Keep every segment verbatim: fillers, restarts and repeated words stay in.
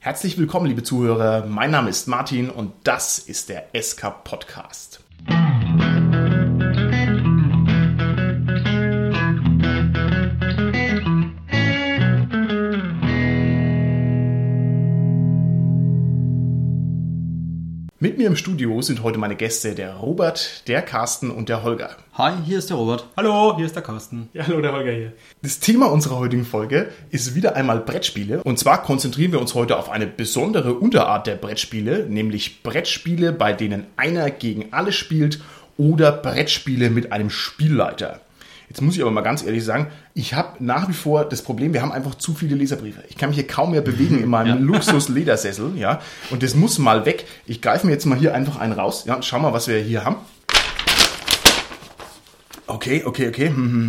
Herzlich willkommen, liebe Zuhörer. Mein Name ist Martin und das ist der S K Podcast. Mit mir im Studio sind heute meine Gäste, der Robert, der Carsten und der Holger. Hi, hier ist der Robert. Hallo, hier ist der Carsten. Ja, hallo, der Holger hier. Das Thema unserer heutigen Folge ist wieder einmal Brettspiele. Und zwar konzentrieren wir uns heute auf eine besondere Unterart der Brettspiele, nämlich Brettspiele, bei denen einer gegen alle spielt oder Brettspiele mit einem Spielleiter. Jetzt muss ich aber mal ganz ehrlich sagen, ich habe nach wie vor das Problem, wir haben einfach zu viele Leserbriefe. Ich kann mich hier kaum mehr bewegen in meinem ja. Luxus-Ledersessel, ja. Und das muss mal weg. Ich greife mir jetzt mal hier einfach einen raus, ja, und schau mal, was wir hier haben. Okay, okay, okay.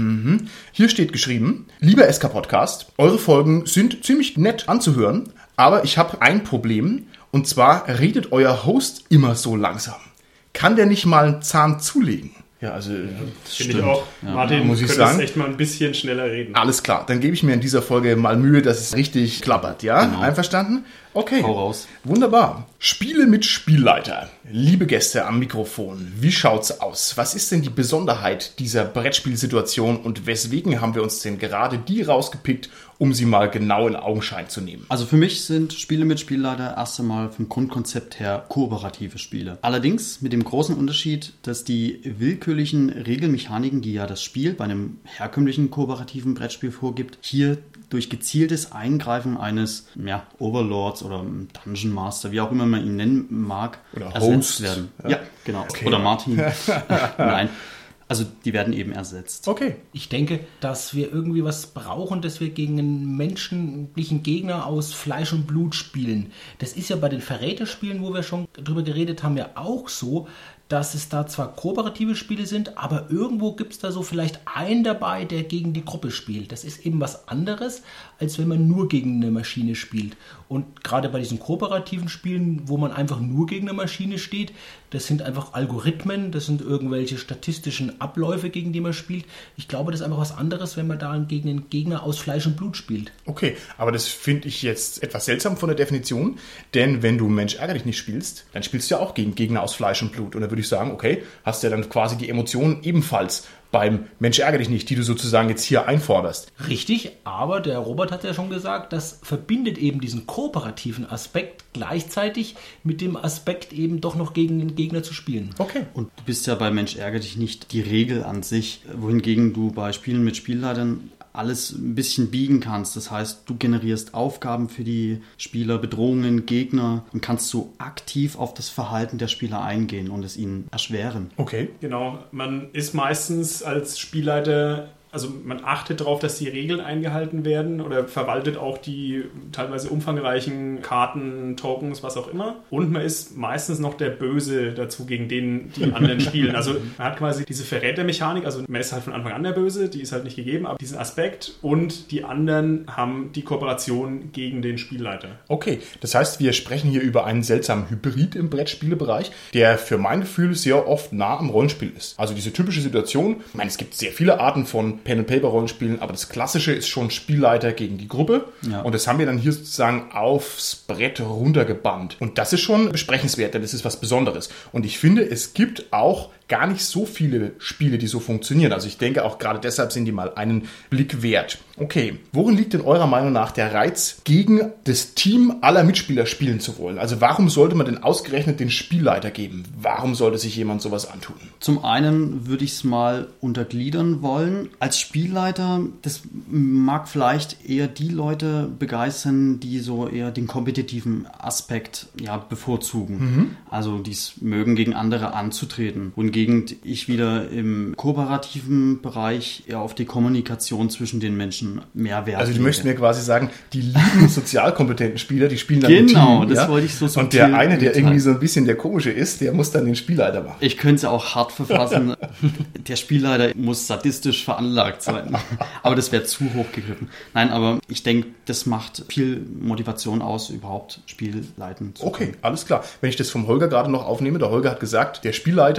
Hier steht geschrieben, lieber S K Podcast, eure Folgen sind ziemlich nett anzuhören, aber ich habe ein Problem, und zwar redet euer Host immer so langsam. Kann der nicht mal einen Zahn zulegen? Ja, also ja, finde ich auch. Ja. Martin, muss ich sagen, echt mal ein bisschen schneller reden. Alles klar, dann gebe ich mir in dieser Folge mal Mühe, dass es richtig klappert, ja? Genau. Einverstanden? Okay. Hau raus. Wunderbar. Spiele mit Spielleiter. Liebe Gäste am Mikrofon, wie schaut's aus? Was ist denn die Besonderheit dieser Brettspielsituation und weswegen haben wir uns denn gerade die rausgepickt, um sie mal genau in Augenschein zu nehmen? Also für mich sind Spiele mit Spielleiter erst einmal vom Grundkonzept her kooperative Spiele. Allerdings mit dem großen Unterschied, dass die willkürlichen Regelmechaniken, die ja das Spiel bei einem herkömmlichen kooperativen Brettspiel vorgibt, hier durch gezieltes Eingreifen eines ja, Overlords oder Dungeon Master, wie auch immer man ihn nennen mag, oder ersetzt Host werden. Ja, ja genau. Okay. Oder Martin. Nein. Also die werden eben ersetzt. Okay. Ich denke, dass wir irgendwie was brauchen, dass wir gegen einen menschlichen Gegner aus Fleisch und Blut spielen. Das ist ja bei den Verräterspielen, wo wir schon drüber geredet haben, ja auch so, dass es da zwar kooperative Spiele sind, aber irgendwo gibt es da so vielleicht einen dabei, der gegen die Gruppe spielt. Das ist eben was anderes, als wenn man nur gegen eine Maschine spielt. Und gerade bei diesen kooperativen Spielen, wo man einfach nur gegen eine Maschine steht, das sind einfach Algorithmen, das sind irgendwelche statistischen Abläufe, gegen die man spielt. Ich glaube, das ist einfach was anderes, wenn man da gegen einen Gegner aus Fleisch und Blut spielt. Okay, aber das finde ich jetzt etwas seltsam von der Definition, denn wenn du Mensch ärgere dich nicht spielst, dann spielst du ja auch gegen Gegner aus Fleisch und Blut. Und da würde ich sagen, okay, hast du ja dann quasi die Emotionen ebenfalls beim Mensch ärgere dich nicht, die du sozusagen jetzt hier einforderst. Richtig, aber der Robert hat ja schon gesagt, das verbindet eben diesen kooperativen Aspekt gleichzeitig mit dem Aspekt eben doch noch gegen den Gegner zu spielen. Okay. Und du bist ja bei Mensch ärgere dich nicht die Regel an sich, wohingegen du bei Spielen mit Spielleitern alles ein bisschen biegen kannst. Das heißt, du generierst Aufgaben für die Spieler, Bedrohungen, Gegner und kannst so aktiv auf das Verhalten der Spieler eingehen und es ihnen erschweren. Okay. Genau, man ist meistens als Spielleiter, also man achtet darauf, dass die Regeln eingehalten werden oder verwaltet auch die teilweise umfangreichen Karten, Tokens, was auch immer. Und man ist meistens noch der Böse dazu, gegen den die anderen spielen. Also man hat quasi diese Verrätermechanik, also man ist halt von Anfang an der Böse, die ist halt nicht gegeben, aber diesen Aspekt und die anderen haben die Kooperation gegen den Spielleiter. Okay, das heißt, wir sprechen hier über einen seltsamen Hybrid im Brettspielebereich, der für mein Gefühl sehr oft nah am Rollenspiel ist. Also diese typische Situation, ich meine, es gibt sehr viele Arten von Pen-and-Paper-Rollenspielen, aber das Klassische ist schon Spielleiter gegen die Gruppe. Ja. Und das haben wir dann hier sozusagen aufs Brett runtergebannt. Und das ist schon besprechenswert, denn das ist was Besonderes. Und ich finde, es gibt auch gar nicht so viele Spiele, die so funktionieren. Also ich denke, auch gerade deshalb sind die mal einen Blick wert. Okay, worin liegt in eurer Meinung nach der Reiz, gegen das Team aller Mitspieler spielen zu wollen? Also warum sollte man denn ausgerechnet den Spielleiter geben? Warum sollte sich jemand sowas antun? Zum einen würde ich es mal untergliedern wollen. Als Spielleiter, das mag vielleicht eher die Leute begeistern, die so eher den kompetitiven Aspekt ja, bevorzugen. Mhm. Also die es mögen, gegen andere anzutreten. Und wohingegen ich wieder im kooperativen Bereich eher auf die Kommunikation zwischen den Menschen mehr Wert lege. Also du möchtest mir quasi sagen, die lieben sozialkompetenten Spieler, die spielen dann im Team. Genau, das ja? wollte ich so subtil. Und der eine, der irgendwie so ein bisschen der Komische ist, der muss dann den Spielleiter machen. Ich könnte es auch hart verfassen. Der Spielleiter muss sadistisch veranlagt sein. Aber das wäre zu hoch gegriffen. Nein, aber ich denke, das macht viel Motivation aus, überhaupt Spielleiten zu können. Okay, alles klar. Wenn ich das vom Holger gerade noch aufnehme, der Holger hat gesagt, der Spielleiter muss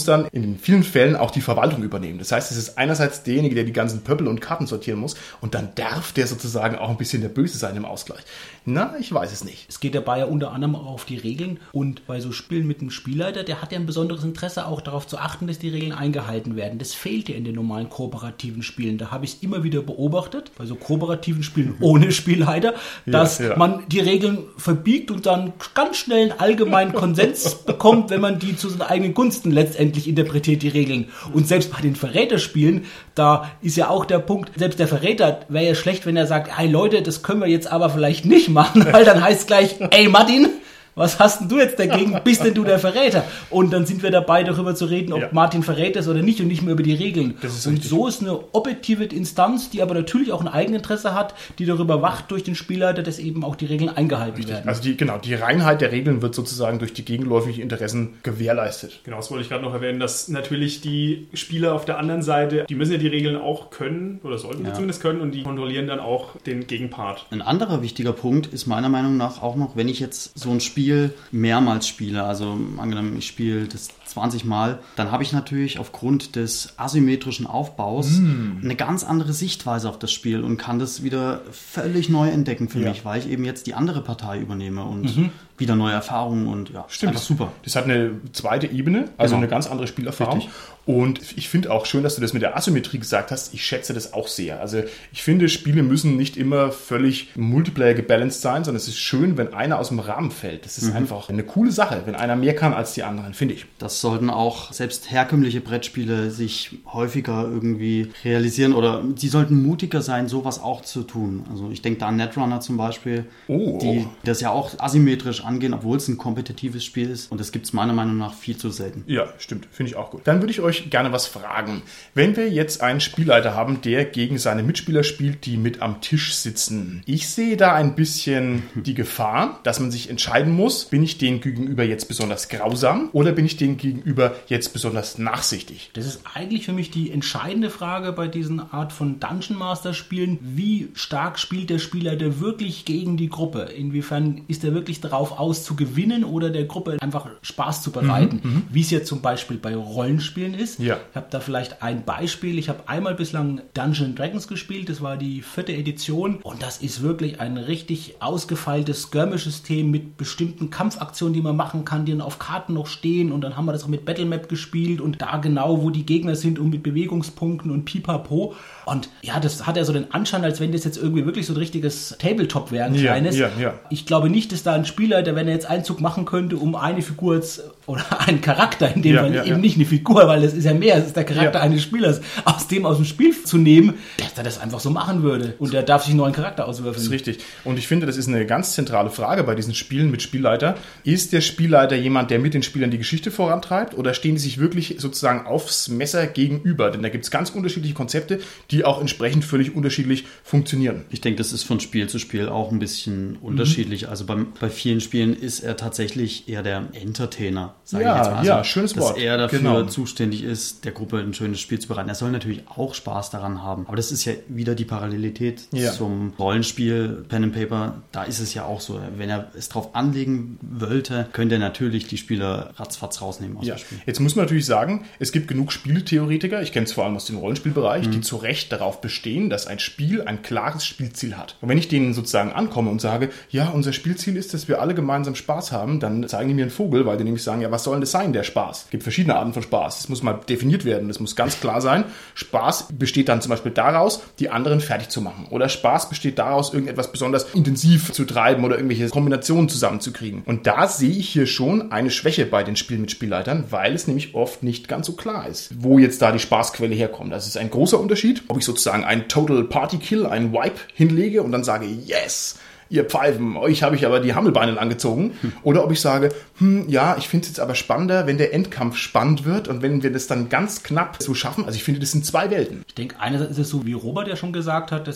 muss dann in vielen Fällen auch die Verwaltung übernehmen. Das heißt, es ist einerseits derjenige, der die ganzen Pöppel und Karten sortieren muss und dann darf der sozusagen auch ein bisschen der Böse sein im Ausgleich. Na, ich weiß es nicht. Es geht dabei ja unter anderem auch auf die Regeln und bei so Spielen mit einem Spielleiter, der hat ja ein besonderes Interesse auch darauf zu achten, dass die Regeln eingehalten werden. Das fehlt ja in den normalen kooperativen Spielen. Da habe ich es immer wieder beobachtet, bei so kooperativen Spielen ohne Spielleiter, dass ja, ja. man die Regeln verbiegt und dann ganz schnell einen allgemeinen Konsens bekommt, wenn man die zu seinen eigenen Gunsten letztendlich interpretiert, die Regeln. Und selbst bei den Verräterspielen, da ist ja auch der Punkt, selbst der Verräter wäre ja schlecht, wenn er sagt, hey Leute, das können wir jetzt aber vielleicht nicht machen, weil dann heißt es gleich, ey Martin, was hast denn du jetzt dagegen? Bist denn du der Verräter? Und dann sind wir dabei, darüber zu reden, ob ja. Martin Verräter ist oder nicht und nicht mehr über die Regeln. Das ist und richtig. so ist eine objektive Instanz, die aber natürlich auch ein Eigeninteresse hat, die darüber wacht durch den Spielleiter, dass eben auch die Regeln eingehalten Richtig. werden. Also die, genau, die Reinheit der Regeln wird sozusagen durch die gegenläufigen Interessen gewährleistet. Genau, das wollte ich gerade noch erwähnen, dass natürlich die Spieler auf der anderen Seite, die müssen ja die Regeln auch können, oder sollten Ja. sie zumindest können, und die kontrollieren dann auch den Gegenpart. Ein anderer wichtiger Punkt ist meiner Meinung nach auch noch, wenn ich jetzt so ein Spiel mehrmals spiele, also angenommen, ich spiele das zwanzig Mal, dann habe ich natürlich aufgrund des asymmetrischen Aufbaus mm. eine ganz andere Sichtweise auf das Spiel und kann das wieder völlig neu entdecken für ja. mich, weil ich eben jetzt die andere Partei übernehme und mhm. wieder neue Erfahrungen und ja, Stimmt. einfach super. Das hat eine zweite Ebene, also Genau. eine ganz andere Spielerfahrung. Richtig. Und ich finde auch schön, dass du das mit der Asymmetrie gesagt hast. Ich schätze das auch sehr. Also ich finde, Spiele müssen nicht immer völlig Multiplayer gebalanced sein, sondern es ist schön, wenn einer aus dem Rahmen fällt. Das ist mhm. einfach eine coole Sache, wenn einer mehr kann als die anderen, finde ich. Das sollten auch selbst herkömmliche Brettspiele sich häufiger irgendwie realisieren oder sie sollten mutiger sein, sowas auch zu tun. Also ich denke da an Netrunner zum Beispiel, Oh. die das ja auch asymmetrisch angehen, obwohl es ein kompetitives Spiel ist und das gibt es meiner Meinung nach viel zu selten. Ja, stimmt. Finde ich auch gut. Dann würde ich euch gerne was fragen. Wenn wir jetzt einen Spielleiter haben, der gegen seine Mitspieler spielt, die mit am Tisch sitzen. Ich sehe da ein bisschen die Gefahr, dass man sich entscheiden muss, bin ich denen gegenüber jetzt besonders grausam oder bin ich denen gegenüber jetzt besonders nachsichtig? Das ist eigentlich für mich die entscheidende Frage bei diesen Art von Dungeon Master Spielen. Wie stark spielt der Spieler wirklich gegen die Gruppe? Inwiefern ist er wirklich darauf aus zu gewinnen oder der Gruppe einfach Spaß zu bereiten? Mhm, Wie es ja zum Beispiel bei Rollenspielen ist. Ja. Ich habe da vielleicht ein Beispiel. Ich habe einmal bislang Dungeons and Dragons gespielt. Das war die vierte Edition. Und das ist wirklich ein richtig ausgefeiltes Skirmish-System mit bestimmten Kampfaktionen, die man machen kann, die dann auf Karten noch stehen. Und dann haben wir das auch mit Battlemap gespielt und da genau, wo die Gegner sind und mit Bewegungspunkten und pipapo. Und ja, das hat ja so den Anschein, als wenn das jetzt irgendwie wirklich so ein richtiges Tabletop wäre, ein Ja, kleines. ja, ja. Ich glaube nicht, dass da ein Spieler, wenn er jetzt einen Zug machen könnte, um eine Figur jetzt, oder einen Charakter, in dem Ja, Fall ja, eben ja. nicht eine Figur, weil das ist ja mehr, es ist der Charakter Ja. eines Spielers, aus dem aus dem Spiel zu nehmen, dass er das einfach so machen würde. Und der darf sich einen neuen Charakter Das ist auswürfeln. richtig. Und ich finde, das ist eine ganz zentrale Frage bei diesen Spielen mit Spielleiter. Ist der Spielleiter jemand, der mit den Spielern die Geschichte vorantreibt oder stehen die sich wirklich sozusagen aufs Messer gegenüber? Denn da gibt es ganz unterschiedliche Konzepte, die auch entsprechend völlig unterschiedlich funktionieren. Ich denke, das ist von Spiel zu Spiel auch ein bisschen unterschiedlich. Also beim, bei vielen Spielen ist er tatsächlich eher der Entertainer, sage Ja, ich jetzt mal. Also, ja, schönes dass Wort. er dafür Genau. zuständig ist, der Gruppe ein schönes Spiel zu bereiten. Er soll natürlich auch Spaß daran haben. Aber das ist ja wieder die Parallelität Ja. zum Rollenspiel, Pen and Paper. Da ist es ja auch so. Wenn er es drauf anlegen wollte, könnte er natürlich die Spieler ratzfatz rausnehmen aus Ja. dem Spiel. Jetzt muss man natürlich sagen, es gibt genug Spieletheoretiker, ich kenne es vor allem aus dem Rollenspielbereich, Mhm. die zu Recht darauf bestehen, dass ein Spiel ein klares Spielziel hat. Und wenn ich denen sozusagen ankomme und sage, ja, unser Spielziel ist, dass wir alle gemeinsam Spaß haben, dann zeigen die mir einen Vogel, weil die nämlich sagen, ja, was soll denn das sein, der Spaß? Es gibt verschiedene Arten von Spaß. Das muss mal definiert werden. Das muss ganz klar sein. Spaß besteht dann zum Beispiel daraus, die anderen fertig zu machen. Oder Spaß besteht daraus, irgendetwas besonders intensiv zu treiben oder irgendwelche Kombinationen zusammenzukriegen. Und da sehe ich hier schon eine Schwäche bei den Spielen mit Spielleitern, weil es nämlich oft nicht ganz so klar ist, wo jetzt da die Spaßquelle herkommt. Das ist ein großer Unterschied, ob ich sozusagen einen Total Party Kill, einen Wipe hinlege und dann sage, yes, ihr Pfeifen, euch habe ich aber die Hammelbeine langgezogen. Hm. Oder ob ich sage, hm, ja, ich finde es jetzt aber spannender, wenn der Endkampf spannend wird und wenn wir das dann ganz knapp so schaffen. Also ich finde, das sind zwei Welten. Ich denke, einerseits ist es so, wie Robert ja schon gesagt hat, dass es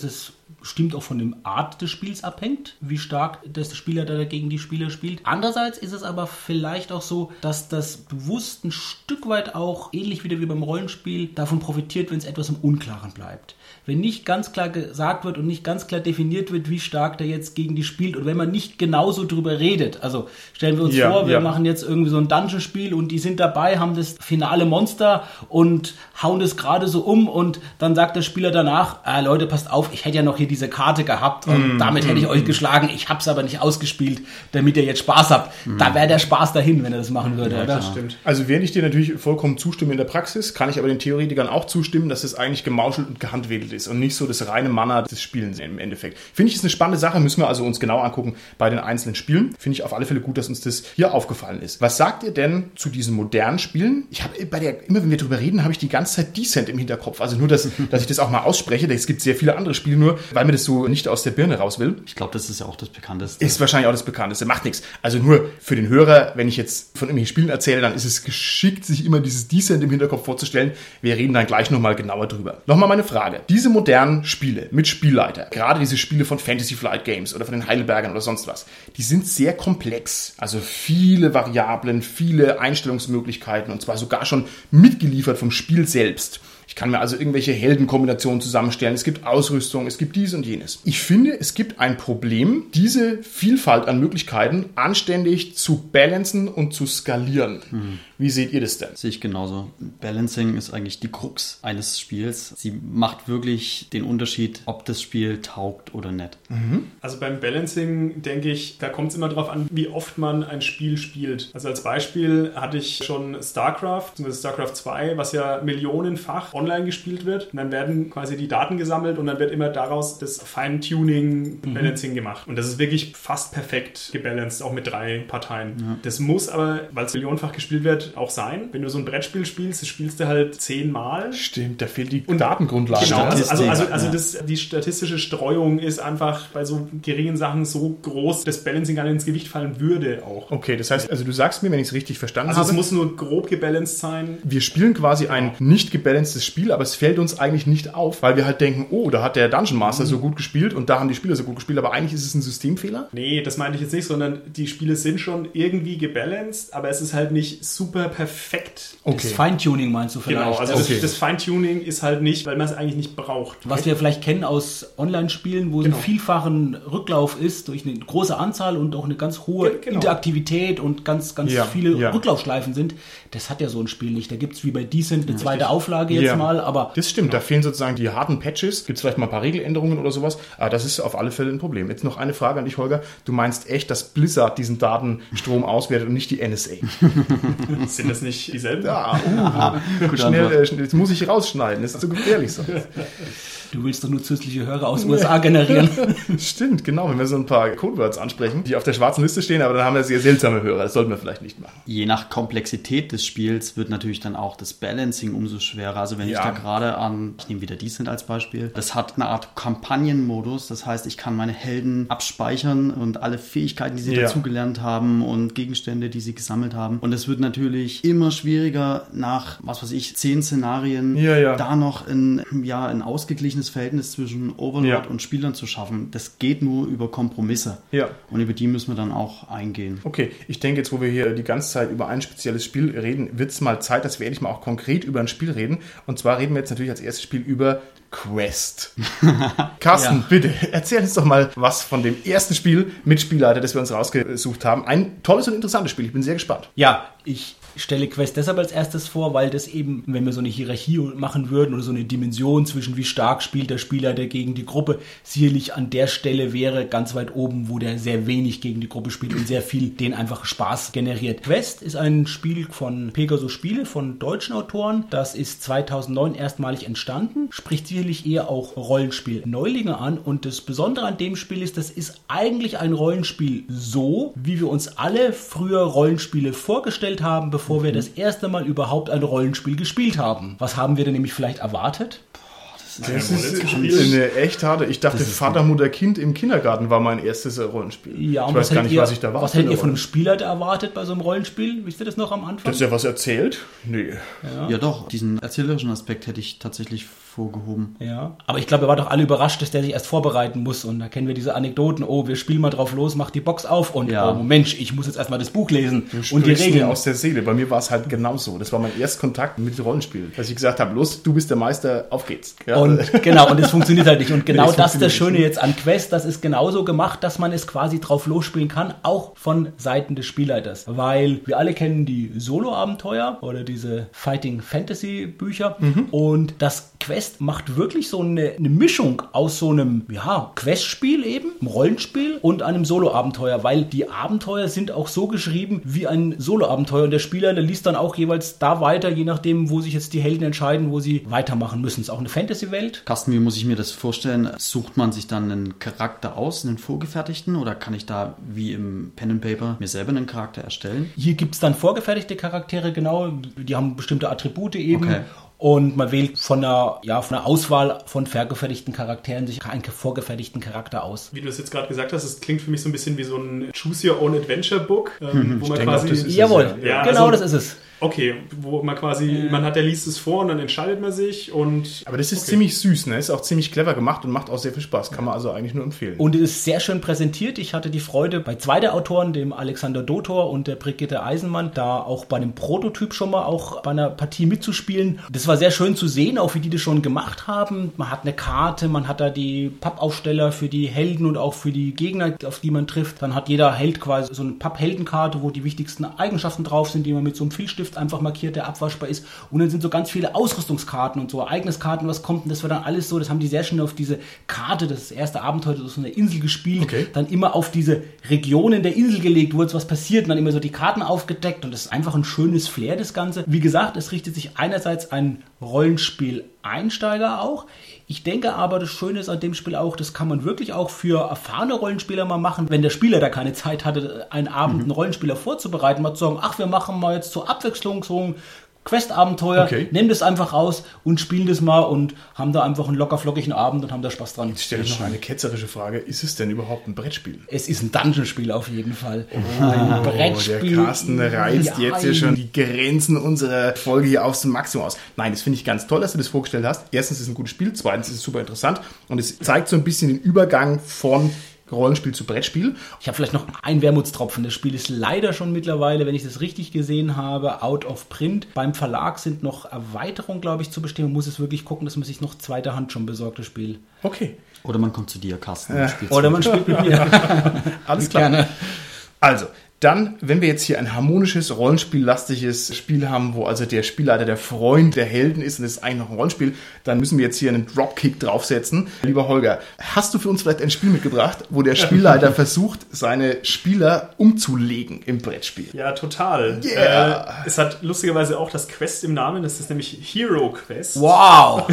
bestimmt auch von der Art des Spiels abhängt, wie stark der Spieler da gegen die Spieler spielt. Andererseits ist es aber vielleicht auch so, dass das bewusst ein Stück weit auch, ähnlich wieder wie beim Rollenspiel, davon profitiert, wenn es etwas im Unklaren bleibt. Wenn nicht ganz klar gesagt wird und nicht ganz klar definiert wird, wie stark der jetzt gegen die spielt und wenn man nicht genauso drüber redet. Also stellen wir uns ja, vor, wir ja. machen jetzt irgendwie so ein Dungeon-Spiel und die sind dabei, haben das finale Monster und hauen das gerade so um und dann sagt der Spieler danach, ah, Leute, passt auf, ich hätte ja noch hier diese Karte gehabt und mm, damit hätte ich mm, euch geschlagen, ich hab's aber nicht ausgespielt, damit ihr jetzt Spaß habt. Mm. Da wäre der Spaß dahin, wenn er das machen würde, ja, oder? Das stimmt. Also während ich dir natürlich vollkommen zustimme in der Praxis, kann ich aber den Theoretikern auch zustimmen, dass es eigentlich gemauschelt und gehandwedelt ist und nicht so das reine Mana des Spielens im Endeffekt. Finde ich, ist eine spannende Sache, müssen wir also uns genau angucken bei den einzelnen Spielen. Finde ich auf alle Fälle gut, dass uns das hier aufgefallen ist. Was sagt ihr denn zu diesen modernen Spielen? Ich habe bei der, immer wenn wir drüber reden, habe ich die ganze Zeit Descent im Hinterkopf. Also nur, dass, dass ich das auch mal ausspreche. Es gibt sehr viele andere Spiele, nur weil mir das so nicht aus der Birne raus will. Ich glaube, das ist ja auch das Bekannteste. Ist wahrscheinlich auch das Bekannteste. Macht nichts. Also nur für den Hörer, wenn ich jetzt von irgendwelchen Spielen erzähle, dann ist es geschickt, sich immer dieses Descent im Hinterkopf vorzustellen. Wir reden dann gleich nochmal genauer drüber. Nochmal meine Frage. Diese modernen Spiele mit Spielleiter, gerade diese Spiele von Fantasy Flight Games oder von den Heidelbergern oder sonst was, die sind sehr komplex. Also viele Variablen, viele Einstellungsmöglichkeiten und zwar sogar schon mitgeliefert vom Spiel selbst. Ich kann mir also irgendwelche Heldenkombinationen zusammenstellen. Es gibt Ausrüstung, es gibt dies und jenes. Ich finde, es gibt ein Problem, diese Vielfalt an Möglichkeiten anständig zu balancen und zu skalieren. Mhm. Wie seht ihr das denn? Sehe ich genauso. Balancing ist eigentlich die Krux eines Spiels. Sie macht wirklich den Unterschied, ob das Spiel taugt oder nicht. Mhm. Also beim Balancing denke ich, da kommt es immer darauf an, wie oft man ein Spiel spielt. Also als Beispiel hatte ich schon StarCraft, beziehungsweise StarCraft zwei, was ja millionenfach online gespielt wird. Und dann werden quasi die Daten gesammelt und dann wird immer daraus das Feintuning, mhm. Balancing gemacht. Und das ist wirklich fast perfekt gebalanced, auch mit drei Parteien. Ja. Das muss aber, weil es millionenfach gespielt wird, auch sein. Wenn du so ein Brettspiel spielst, das spielst du halt zehnmal. Stimmt, da fehlt die und Datengrundlage. Genau, also, also, also, also das, die statistische Streuung ist einfach bei so geringen Sachen so groß, dass Balancing gar nicht ins Gewicht fallen würde auch. Okay, das heißt, also du sagst mir, wenn ich es richtig verstanden also habe. Also es muss nur grob gebalanced sein. Wir spielen quasi ein nicht gebalancedes Spiel, aber es fällt uns eigentlich nicht auf, weil wir halt denken, oh, da hat der Dungeon Master mhm. so gut gespielt und da haben die Spieler so gut gespielt, aber eigentlich ist es ein Systemfehler? Nee, das meinte ich jetzt nicht, sondern die Spiele sind schon irgendwie gebalanced, aber es ist halt nicht super perfekt. Okay. Das Feintuning meinst du vielleicht? Genau, also okay. das, das Feintuning ist halt nicht, weil man es eigentlich nicht braucht. Was wir vielleicht kennen aus Online-Spielen, wo genau. ein vielfachen Rücklauf ist, durch eine große Anzahl und auch eine ganz hohe genau. Interaktivität und ganz, ganz ja, viele ja. Rücklaufschleifen sind. Das hat ja so ein Spiel nicht. Da gibt es wie bei Descent eine ja, zweite richtig. Auflage jetzt ja. mal, aber... Das stimmt, genau. Da fehlen sozusagen die harten Patches. Gibt es vielleicht mal ein paar Regeländerungen oder sowas, aber das ist auf alle Fälle ein Problem. Jetzt noch eine Frage an dich, Holger. Du meinst echt, dass Blizzard diesen Datenstrom auswertet und nicht die N S A? Sind das nicht dieselben? Ja, uh, schnell, äh, schnell, jetzt muss ich rausschneiden, das ist so gefährlich so. Du willst doch nur zusätzliche Hörer aus den U S A generieren. Stimmt, genau, wenn wir so ein paar Codewords ansprechen, die auf der schwarzen Liste stehen, aber dann haben wir sehr seltsame Hörer, das sollten wir vielleicht nicht machen. Je nach Komplexität des Spiels wird natürlich dann auch das Balancing umso schwerer. Also wenn ja. ich da gerade an, ich nehme wieder Descent als Beispiel, das hat eine Art Kampagnenmodus, das heißt, ich kann meine Helden abspeichern und alle Fähigkeiten, die sie ja. dazugelernt haben und Gegenstände, die sie gesammelt haben. Und es wird natürlich immer schwieriger nach, was weiß ich, zehn Szenarien, ja, ja. da noch ein, ja, ein ausgeglichenes Verhältnis zwischen Overlord ja. und Spielern zu schaffen. Das geht nur über Kompromisse. Ja. Und über die müssen wir dann auch eingehen. Okay, ich denke jetzt, wo wir hier die ganze Zeit über ein spezielles Spiel reden, wird es mal Zeit, dass wir endlich mal auch konkret über ein Spiel reden. Und zwar reden wir jetzt natürlich als erstes Spiel über Quest. Carsten, ja. bitte, erzähl uns doch mal was von dem ersten Spiel mit Spielleiter, das wir uns rausgesucht haben. Ein tolles und interessantes Spiel. Ich bin sehr gespannt. Ja, ich stelle Quest deshalb als erstes vor, weil das eben, wenn wir so eine Hierarchie machen würden oder so eine Dimension zwischen wie stark spielt der Spieler gegen die Gruppe, sicherlich an der Stelle wäre ganz weit oben, wo der sehr wenig gegen die Gruppe spielt und sehr viel den einfach Spaß generiert. Quest ist ein Spiel von Pegasus Spiele, von deutschen Autoren. Das ist zweitausendneun erstmalig entstanden, spricht sicherlich eher auch Rollenspiel-Neulinge an und das Besondere an dem Spiel ist, das ist eigentlich ein Rollenspiel so, wie wir uns alle früher Rollenspiele vorgestellt haben, bevor wir das erste Mal überhaupt ein Rollenspiel gespielt haben. Was haben wir denn nämlich vielleicht erwartet? Das ist eine echt harte. Ich dachte, Vater, Mutter, Kind im Kindergarten war mein erstes Rollenspiel. Ja, und ich weiß gar nicht, ihr, was ich da war. Was hättet ihr von einem Spielleiter erwartet bei so einem Rollenspiel? Wisst ihr das noch am Anfang? Dass er was erzählt? Nee. Ja, ja doch. Diesen erzählerischen Aspekt hätte ich tatsächlich hervorgehoben. Ja, aber ich glaube, wir waren doch alle überrascht, dass der sich erst vorbereiten muss. Und da kennen wir diese Anekdoten, oh, wir spielen mal drauf los, mach die Box auf und Ja. oh Mensch, ich muss jetzt erstmal das Buch lesen Du und die sprichst Regeln mir aus der Seele. Bei mir war es halt genauso. Das war mein Erstkontakt mit Rollenspiel. Dass ich gesagt habe, los, du bist der Meister, auf geht's. Ja. Und genau, und es funktioniert halt nicht. Und genau Nee, es das ist das funktioniert Schöne jetzt an Quest, das ist genauso gemacht, dass man es quasi drauf losspielen kann, auch von Seiten des Spielleiters. Weil wir alle kennen die Solo-Abenteuer oder diese Fighting-Fantasy-Bücher und das Quest macht wirklich so eine, eine Mischung aus so einem, ja, Questspiel eben, einem Rollenspiel und einem Solo-Abenteuer, weil die Abenteuer sind auch so geschrieben wie ein Solo-Abenteuer und der Spieler, der liest dann auch jeweils da weiter, je nachdem, wo sich jetzt die Helden entscheiden, wo sie weitermachen müssen. Es ist auch eine Fantasy-Welt. Carsten, wie muss ich mir das vorstellen? Sucht man sich dann einen Charakter aus, einen vorgefertigten, oder kann ich da wie im Pen and Paper mir selber einen Charakter erstellen? Hier gibt es dann vorgefertigte Charaktere, genau, die haben bestimmte Attribute eben. Okay. Und man wählt von einer, ja, von einer Auswahl von vorgefertigten Charakteren sich einen vorgefertigten Charakter aus. Wie du es jetzt gerade gesagt hast, es klingt für mich so ein bisschen wie so ein Choose Your Own Adventure Book, ähm, wo man denke quasi... auch, das ist es, Jawohl, ja. genau also- das ist es. Okay, wo man quasi, man hat, der liest es vor und dann entscheidet man sich und... Aber das ist okay. ziemlich süß, ne? Ist auch ziemlich clever gemacht und macht auch sehr viel Spaß. Kann man also eigentlich nur empfehlen. Und es ist sehr schön präsentiert. Ich hatte die Freude, bei zwei der Autoren, dem Alexander Dotor und der Brigitte Eisenmann, da auch bei einem Prototyp schon mal auch bei einer Partie mitzuspielen. Das war sehr schön zu sehen, auch wie die das schon gemacht haben. Man hat eine Karte, man hat da die Pappaufsteller für die Helden und auch für die Gegner, auf die man trifft. Dann hat jeder Held quasi so eine Pappheldenkarte, wo die wichtigsten Eigenschaften drauf sind, die man mit so einem Filzstift einfach markiert, der abwaschbar ist. Und dann sind so ganz viele Ausrüstungskarten und so Ereigniskarten, was kommt. Und das war dann alles so, das haben die sehr schön auf diese Karte, das erste Abenteuer, das auf so einer Insel gespielt, Okay. dann immer auf diese Regionen der Insel gelegt, wo jetzt was passiert und dann immer so die Karten aufgedeckt und das ist einfach ein schönes Flair, das Ganze. Wie gesagt, es richtet sich einerseits an Rollenspiel-Einsteiger auch. Ich denke aber, das Schöne ist an dem Spiel auch, das kann man wirklich auch für erfahrene Rollenspieler mal machen, wenn der Spieler da keine Zeit hatte, einen Abend einen Rollenspieler vorzubereiten, mal zu sagen, ach, wir machen mal jetzt zur Abwechslung so ein Quest-Abenteuer, Okay. nehmen das einfach raus und spielen das mal und haben da einfach einen locker-flockigen Abend und haben da Spaß dran. Jetzt stelle ich noch eine ketzerische Frage. Ist es denn überhaupt ein Brettspiel? Es ist ein Dungeon-Spiel auf jeden Fall. Oh, ein der Carsten reizt Ja, jetzt hier schon die Grenzen unserer Folge hier aufs Maximum aus. Nein, das finde ich ganz toll, dass du das vorgestellt hast. Erstens ist es ein gutes Spiel, zweitens ist es super interessant und es zeigt so ein bisschen den Übergang von Rollenspiel zu Brettspiel. Ich habe vielleicht noch einen Wermutstropfen. Das Spiel ist leider schon mittlerweile, wenn ich das richtig gesehen habe, out of print. Beim Verlag sind noch Erweiterungen, glaube ich, zu bestimmen. Man muss es wirklich gucken, dass man sich noch zweiter Hand schon besorgt, das Spiel. Okay, Oder man kommt zu dir, Carsten, und spielt Oder man spielt mit mir. alles klar. Gerne. Also, dann, wenn wir jetzt hier ein harmonisches, rollenspiellastiges Spiel haben, wo also der Spielleiter der Freund der Helden ist und es ist eigentlich noch ein Rollenspiel, dann müssen wir jetzt hier einen Dropkick draufsetzen. Lieber Holger, hast du für uns vielleicht ein Spiel mitgebracht, wo der Spielleiter versucht, seine Spieler umzulegen im Brettspiel? Ja, total. Yeah. Äh, es hat lustigerweise auch das Quest im Namen, das ist nämlich Hero Quest. Wow.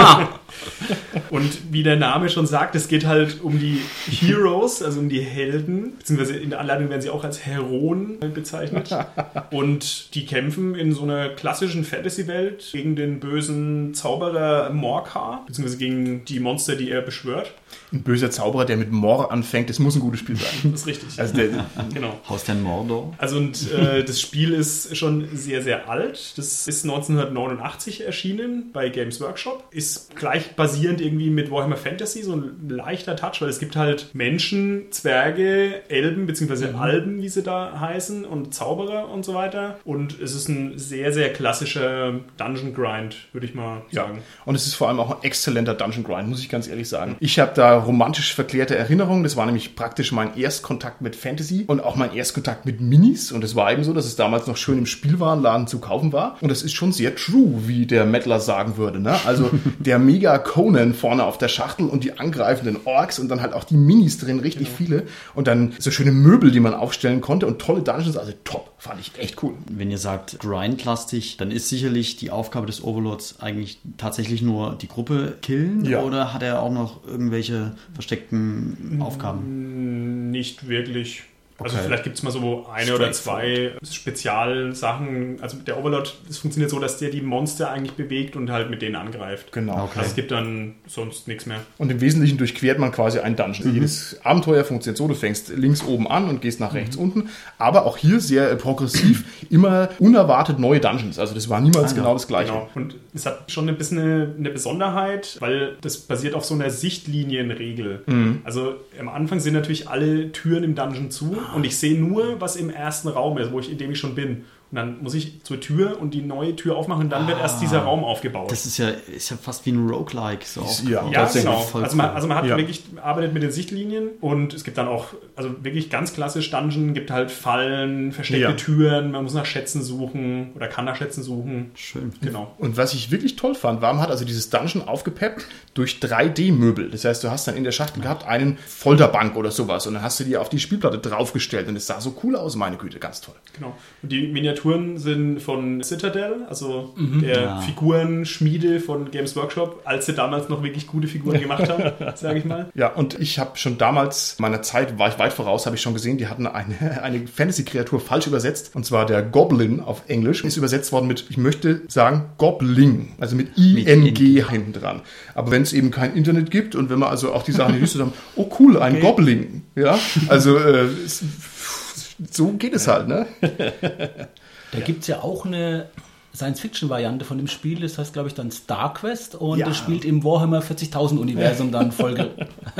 Und wie der Name schon sagt, es geht halt um die Heroes, also um die Helden, beziehungsweise in der Anleitung werden sie auch als Heroen bezeichnet. Und die kämpfen in so einer klassischen Fantasy-Welt gegen den bösen Zauberer Morkar, beziehungsweise gegen die Monster, die er beschwört. Ein böser Zauberer, der mit Mor anfängt, das muss ein gutes Spiel sein. Das ist richtig. Also der, genau. Haus der Mordor. Also und äh, das Spiel ist schon sehr, sehr alt. Das ist neunzehnhundertneunundachtzig erschienen bei Games Workshop. Ist gleich basierend irgendwie mit Warhammer Fantasy, so ein leichter Touch, weil es gibt halt Menschen, Zwerge, Elben bzw. Alben, wie sie da heißen, und Zauberer und so weiter. Und es ist ein sehr, sehr klassischer Dungeon Grind, würde ich mal sagen. Und es ist vor allem auch ein exzellenter Dungeon Grind, muss ich ganz ehrlich sagen. Ich habe da romantisch verklärte Erinnerungen. Das war nämlich praktisch mein Erstkontakt mit Fantasy und auch mein Erstkontakt mit Minis. Und es war eben so, dass es damals noch schön im Spielwarenladen zu kaufen war. Und das ist schon sehr true, wie der Mettler sagen würde. Ne? Also der Mega Conan vorne auf der Schachtel und die angreifenden Orks und dann halt auch die Minis drin, richtig genau. viele. Und dann so schöne Möbel, die man aufstellen konnte und tolle Dungeons. Also top, fand ich echt cool. Wenn ihr sagt grindlastig, dann ist sicherlich die Aufgabe des Overlords eigentlich tatsächlich nur die Gruppe killen? Ja. Oder hat er auch noch irgendwelche versteckten Aufgaben? Nicht wirklich. Also Okay. vielleicht gibt es mal so eine oder zwei Spezialsachen. Also der Overlord, das funktioniert so, dass der die Monster eigentlich bewegt und halt mit denen angreift. Genau. Okay. Also es gibt dann sonst nichts mehr. Und im Wesentlichen durchquert man quasi einen Dungeon. Mhm. Jedes Abenteuer funktioniert so, du fängst links oben an und gehst nach rechts unten. Aber auch hier sehr äh, progressiv, immer unerwartet neue Dungeons. Also das war niemals Ah, ja. genau das Gleiche. Genau. Und es hat schon ein bisschen eine, eine Besonderheit, weil das basiert auf so einer Sichtlinienregel. Also am Anfang sind natürlich alle Türen im Dungeon zu und ich sehe nur, was im ersten Raum ist, wo ich, in dem ich schon bin. Und dann muss ich zur Tür und die neue Tür aufmachen und dann wird erst dieser Raum aufgebaut. Das ist ja, ist ja fast wie ein Roguelike. So Ja, aufgebaut. Ja, tatsächlich. genau. Voll Also man, cool. also man hat Ja. wirklich arbeitet mit den Sichtlinien und es gibt dann auch, also wirklich ganz klassisch Dungeon, gibt halt Fallen, versteckte Ja. Türen, man muss nach Schätzen suchen oder kann nach Schätzen suchen. Schön. Genau. Und was ich wirklich toll fand, war, man hat also dieses Dungeon aufgepeppt durch drei D-Möbel. Das heißt, du hast dann in der Schachtel gehabt einen Folterbank oder sowas und dann hast du die auf die Spielplatte draufgestellt und es sah so cool aus, meine Güte, ganz toll. Genau. Und die Miniaturen sind von Citadel, also der Ja. Figurenschmiede von Games Workshop, als sie damals noch wirklich gute Figuren gemacht haben, sage ich mal. Ja, und ich habe schon damals, meiner Zeit war ich weit voraus, habe ich schon gesehen, die hatten eine, eine Fantasy-Kreatur falsch übersetzt. Und zwar der Goblin auf Englisch ist übersetzt worden mit, ich möchte sagen, Goblin. Also mit I N G hinten dran. Aber wenn es eben kein Internet gibt und wenn man also auch die Sachen nicht wüsste, dann, oh cool, ein Okay. Goblin. Ja, also äh, es, so geht es halt, ne? Da gibt es ja auch eine Science-Fiction-Variante von dem Spiel, das heißt, glaube ich, dann StarQuest und Ja. das spielt im Warhammer vierzigtausend-Universum dann Folge.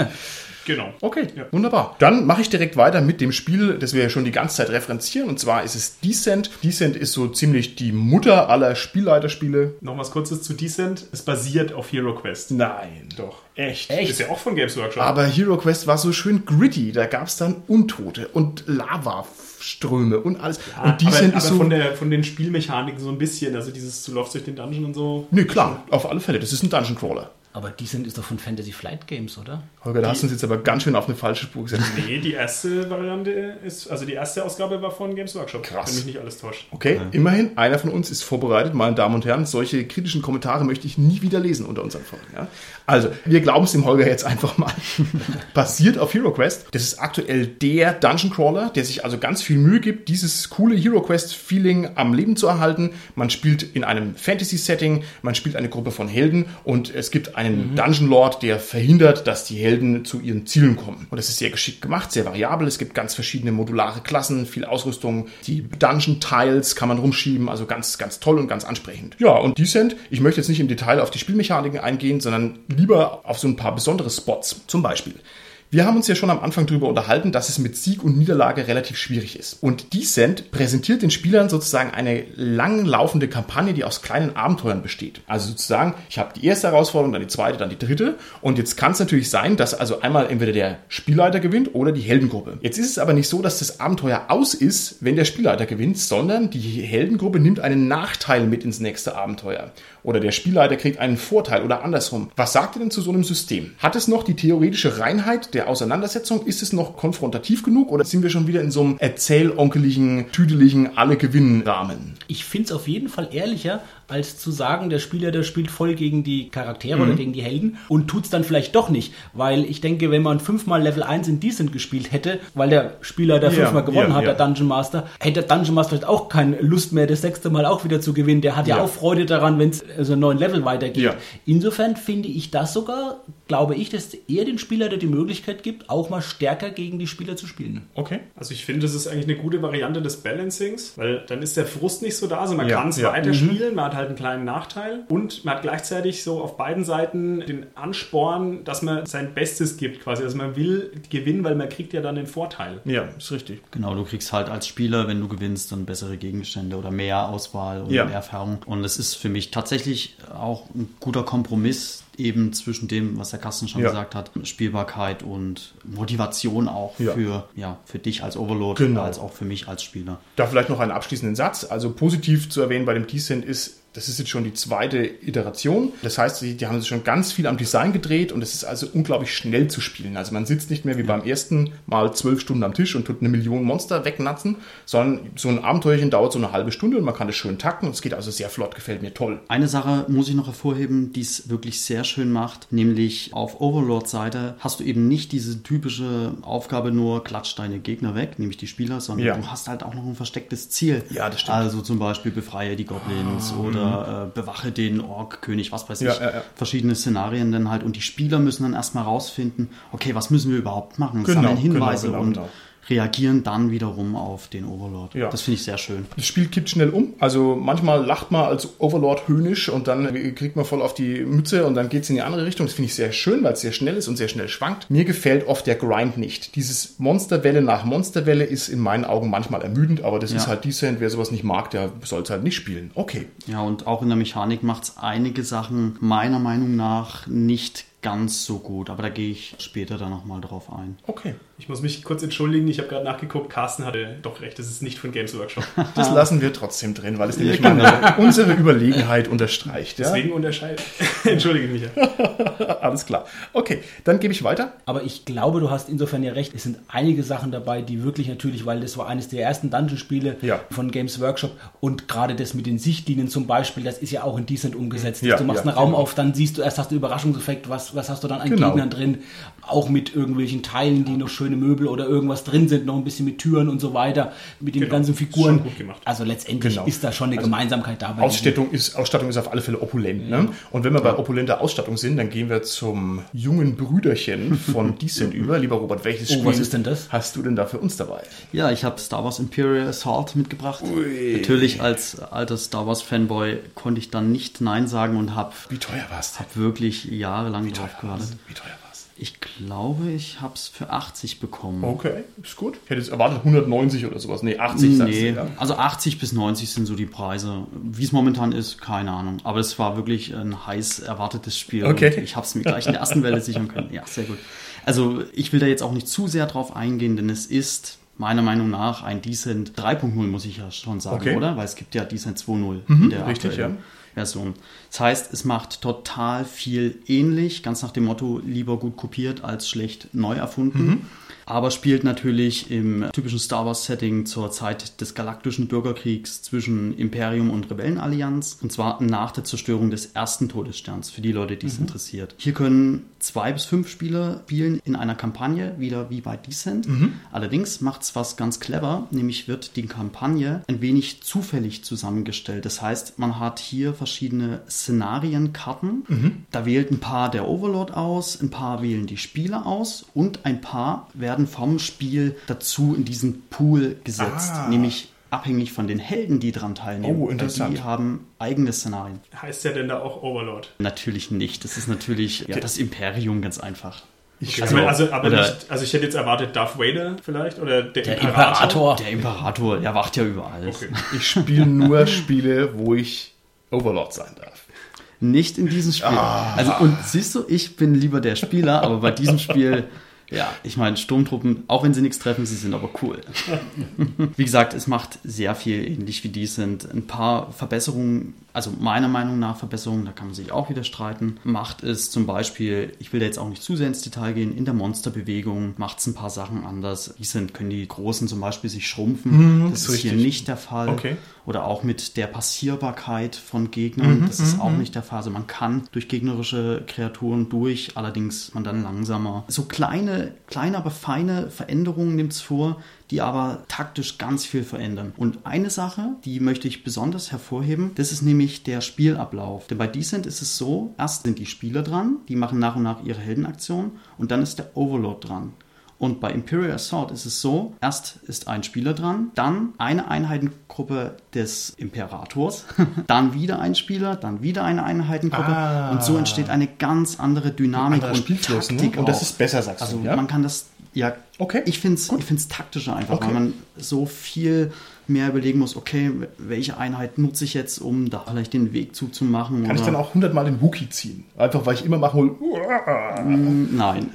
Genau. Okay, wunderbar. Dann mache ich direkt weiter mit dem Spiel, das wir ja schon die ganze Zeit referenzieren. Und zwar ist es Descent. Descent ist so ziemlich die Mutter aller Spielleiterspiele. Noch was Kurzes zu Descent. Es basiert auf Hero Quest. Nein, doch. Echt? Echt? Ist ja auch von Games Workshop. Aber Hero Quest war so schön gritty. Da gab es dann Untote und Lavaströme und alles. Ah, und Descent aber, ist aber so... von, der, von den Spielmechaniken so ein bisschen, also dieses du läufst durch den Dungeon und so. Nee, klar, auf alle Fälle. Das ist ein Dungeon Crawler. Aber Descent ist doch von Fantasy Flight Games, oder? Holger, da hast du uns jetzt aber ganz schön auf eine falsche Spur gesetzt. Nee, die erste Variante ist, also die erste Ausgabe war von Games Workshop. Krass. Wenn mich nicht alles täuscht. Okay, immerhin, einer von uns ist vorbereitet, meine Damen und Herren. Solche kritischen Kommentare möchte ich nie wieder lesen unter unseren Folgen. Ja? Also, wir glauben es dem Holger jetzt einfach mal. Basiert auf Hero Quest. Das ist aktuell der Dungeon Crawler, der sich also ganz viel Mühe gibt, dieses coole Hero Quest-Feeling am Leben zu erhalten. Man spielt in einem Fantasy-Setting, man spielt eine Gruppe von Helden und es gibt einen mhm. Dungeon Lord, der verhindert, dass die Helden zu ihren Zielen kommen. Und das ist sehr geschickt gemacht, sehr variabel. Es gibt ganz verschiedene modulare Klassen, viel Ausrüstung. Die Dungeon-Tiles kann man rumschieben, also ganz, ganz toll und ganz ansprechend. Ja, und Descent, ich möchte jetzt nicht im Detail auf die Spielmechaniken eingehen, sondern lieber auf so ein paar besondere Spots. Zum Beispiel: Wir haben uns ja schon am Anfang darüber unterhalten, dass es mit Sieg und Niederlage relativ schwierig ist. Und Descent präsentiert den Spielern sozusagen eine langlaufende Kampagne, die aus kleinen Abenteuern besteht. Also sozusagen, ich habe die erste Herausforderung, dann die zweite, dann die dritte. Und jetzt kann es natürlich sein, dass also einmal entweder der Spielleiter gewinnt oder die Heldengruppe. Jetzt ist es aber nicht so, dass das Abenteuer aus ist, wenn der Spielleiter gewinnt, sondern die Heldengruppe nimmt einen Nachteil mit ins nächste Abenteuer. Oder der Spielleiter kriegt einen Vorteil oder andersrum. Was sagt ihr denn zu so einem System? Hat es noch die theoretische Reinheit der Auseinandersetzung? Ist es noch konfrontativ genug oder sind wir schon wieder in so einem erzählonkeligen, tüdeligen Alle-Gewinnen-Rahmen? Ich finde es auf jeden Fall ehrlicher, als zu sagen, der Spieler, der spielt voll gegen die Charaktere mhm. oder gegen die Helden und tut es dann vielleicht doch nicht. Weil ich denke, wenn man fünfmal Level eins in Decent gespielt hätte, weil der Spieler da ja, fünfmal gewonnen ja, hat, ja. der Dungeon Master, hätte der Dungeon Master vielleicht auch keine Lust mehr, das sechste Mal auch wieder zu gewinnen. Der hat ja, ja auch Freude daran, wenn es also einen neuen Level weitergeht. Ja. Insofern finde ich das sogar, glaube ich, dass eher den Spieler der die Möglichkeit gibt, auch mal stärker gegen die Spieler zu spielen. Okay. Also ich finde, das ist eigentlich eine gute Variante des Balancings, weil dann ist der Frust nicht so da, also man ja, kann es ja. weiterspielen, mhm. man hat halt einen kleinen Nachteil und man hat gleichzeitig so auf beiden Seiten den Ansporn, dass man sein Bestes gibt quasi. Also man will gewinnen, weil man kriegt ja dann den Vorteil. Ja, ist richtig. Genau, du kriegst halt als Spieler, wenn du gewinnst, dann bessere Gegenstände oder mehr Auswahl und ja. mehr Erfahrung. Und es ist für mich tatsächlich auch ein guter Kompromiss eben zwischen dem, was der Carsten schon ja. gesagt hat, Spielbarkeit und Motivation auch ja. für, ja, für dich als Overlord, genau. als auch für mich als Spieler. Da vielleicht noch einen abschließenden Satz. Also positiv zu erwähnen bei dem Descent ist, Das ist jetzt schon die zweite Iteration. Das heißt, die, die haben sich schon ganz viel am Design gedreht und es ist also unglaublich schnell zu spielen. Also man sitzt nicht mehr wie beim ersten Mal zwölf Stunden am Tisch und tut eine Million Monster wegnatzen, sondern so ein Abenteuerchen dauert so eine halbe Stunde und man kann das schön takten und es geht also sehr flott, gefällt mir toll. Eine Sache muss ich noch hervorheben, die es wirklich sehr schön macht, nämlich auf Overlord-Seite hast du eben nicht diese typische Aufgabe nur, klatsch deine Gegner weg, nämlich die Spieler, sondern Ja. du hast halt auch noch ein verstecktes Ziel. Ja, das stimmt. Also zum Beispiel befreie die Goblins ah, oder äh, bewache den Ork-König, was weiß ich. Ja, ja, ja. Verschiedene Szenarien dann halt und die Spieler müssen dann erstmal rausfinden, okay, was müssen wir überhaupt machen? Genau, Sammeln Hinweise genau, genau, und genau. reagieren dann wiederum auf den Overlord. Ja. Das finde ich sehr schön. Das Spiel kippt schnell um. Also manchmal lacht man als Overlord höhnisch und dann kriegt man voll auf die Mütze und dann geht es in die andere Richtung. Das finde ich sehr schön, weil es sehr schnell ist und sehr schnell schwankt. Mir gefällt oft der Grind nicht. Dieses Monsterwelle nach Monsterwelle ist in meinen Augen manchmal ermüdend, aber das Ja. ist halt Descent. Wer sowas nicht mag, der soll es halt nicht spielen. Okay. Ja, und auch in der Mechanik macht es einige Sachen meiner Meinung nach nicht ganz so gut, aber da gehe ich später dann nochmal drauf ein. Okay. Ich muss mich kurz entschuldigen, ich habe gerade nachgeguckt, Carsten hatte doch recht, das ist nicht von Games Workshop. Das lassen wir trotzdem drin, weil es nämlich meine, unsere Überlegenheit unterstreicht. Ja? Deswegen unterscheide Entschuldige mich. Alles klar. Okay, dann gebe ich weiter. Aber ich glaube, du hast insofern ja recht. Es sind einige Sachen dabei, die wirklich natürlich, weil das war eines der ersten Dungeon-Spiele Ja. von Games Workshop und gerade das mit den Sichtlinien zum Beispiel, das ist ja auch in Descent umgesetzt. Ja, du machst ja, einen Raum genau. auf, dann siehst du erst, hast du Überraschungseffekt, was, was hast du dann an Genau. Gegnern drin, auch mit irgendwelchen Teilen, die noch schöne Möbel oder irgendwas drin sind, noch ein bisschen mit Türen und so weiter, mit den Genau. ganzen Figuren. Schon gut gemacht. Also letztendlich Genau. ist da schon eine Also Gemeinsamkeit dabei. Ausstattung ist, Ausstattung ist auf alle Fälle opulent. Ne? Und wenn wir bei opulenter Ausstattung sind, dann gehen wir zum jungen Brüderchen von Descent über. Lieber Robert, welches Oh, Spiel was ist denn das? hast du denn da für uns dabei? Ja, ich habe Star Wars Imperial Assault mitgebracht. Ui. Natürlich als alter Star Wars Fanboy konnte ich dann nicht Nein sagen und habe Wie teuer war es denn? hab wirklich jahrelang Wie teuer drauf war gewartet. es? Wie teuer war es? Ich glaube, ich habe es für achtzig bekommen. Okay, ist gut. Ich hätte jetzt erwartet hundertneunzig oder sowas. Nee, achtzig sagst Nee, du, ja. also achtzig bis neunzig sind so die Preise. Wie es momentan ist, keine Ahnung. Aber es war wirklich ein heiß erwartetes Spiel. Okay. Und ich habe es mir gleich in der ersten Welle sichern können. Ja, sehr gut. Also ich will da jetzt auch nicht zu sehr drauf eingehen, denn es ist meiner Meinung nach ein Descent drei Punkt null, muss ich ja schon sagen, Okay. oder? Weil es gibt ja Descent zwei Punkt null Mhm, in der richtig, aktuellen ja. Version. Das heißt, es macht total viel ähnlich, ganz nach dem Motto, lieber gut kopiert als schlecht neu erfunden. Mhm. Aber spielt natürlich im typischen Star Wars-Setting zur Zeit des galaktischen Bürgerkriegs zwischen Imperium und Rebellenallianz. Und zwar nach der Zerstörung des ersten Todessterns, für die Leute, die es Mhm. interessiert. Hier können zwei bis fünf Spieler spielen in einer Kampagne, wieder wie bei Descent. Mhm. Allerdings macht es was ganz clever, nämlich wird die Kampagne ein wenig zufällig zusammengestellt. Das heißt, man hat hier verschiedene Szenarienkarten. Mhm. Da wählt ein paar der Overlord aus, ein paar wählen die Spieler aus und ein paar werden vom Spiel dazu in diesen Pool gesetzt, Ah. nämlich abhängig von den Helden, die daran teilnehmen. Oh, Weil interessant. die haben eigene Szenarien. Heißt der denn da auch Overlord? Natürlich nicht. Das ist natürlich ja, das Imperium ganz einfach. Ich Also, also, aber oder- nicht, also ich hätte jetzt erwartet Darth Vader vielleicht oder der, Der Imperator. Imperator. Der Imperator, der wacht ja über alles. Okay. Ich spiele nur Spiele, wo ich Overlord sein darf. Nicht in diesem Spiel. Ah. Also, und siehst du, ich bin lieber der Spieler, aber bei diesem Spiel, ja, ich meine, Sturmtruppen, auch wenn sie nichts treffen, sie sind aber cool. Wie gesagt, es macht sehr viel ähnlich wie die sind. Ein paar Verbesserungen, also meiner Meinung nach Verbesserungen, da kann man sich auch wieder streiten, macht es zum Beispiel, ich will da jetzt auch nicht zu sehr ins Detail gehen, in der Monsterbewegung macht es ein paar Sachen anders. Die sind, können die Großen zum Beispiel sich schrumpfen. Mhm, das ist ist hier richtig. nicht der Fall. Okay. Oder auch mit der Passierbarkeit von Gegnern. Das ist auch nicht der Fall. Also man kann durch gegnerische Kreaturen durch, allerdings man dann langsamer. So kleine, kleine, aber feine Veränderungen nimmt es vor, die aber taktisch ganz viel verändern. Und eine Sache, die möchte ich besonders hervorheben, das ist nämlich der Spielablauf. Denn bei Descent ist es so, erst sind die Spieler dran, die machen nach und nach ihre Heldenaktion und dann ist der Overlord dran. Und bei Imperial Assault ist es so, erst ist ein Spieler dran, dann eine Einheitengruppe des Imperators, dann wieder ein Spieler, dann wieder eine Einheitengruppe Ah. und so entsteht eine ganz andere Dynamik Anderer und Spielfluss, ne? Taktik Und das auch. ist besser, sagst Also du, ja? man kann das, ja, Okay. Ich finde es ich find's taktischer einfach, Okay. weil man so viel mehr überlegen muss, okay, welche Einheit nutze ich jetzt, um da vielleicht den Weg zuzumachen. Kann ich dann auch hundertmal den Wookie ziehen? Einfach, weil ich immer machen will. Nein.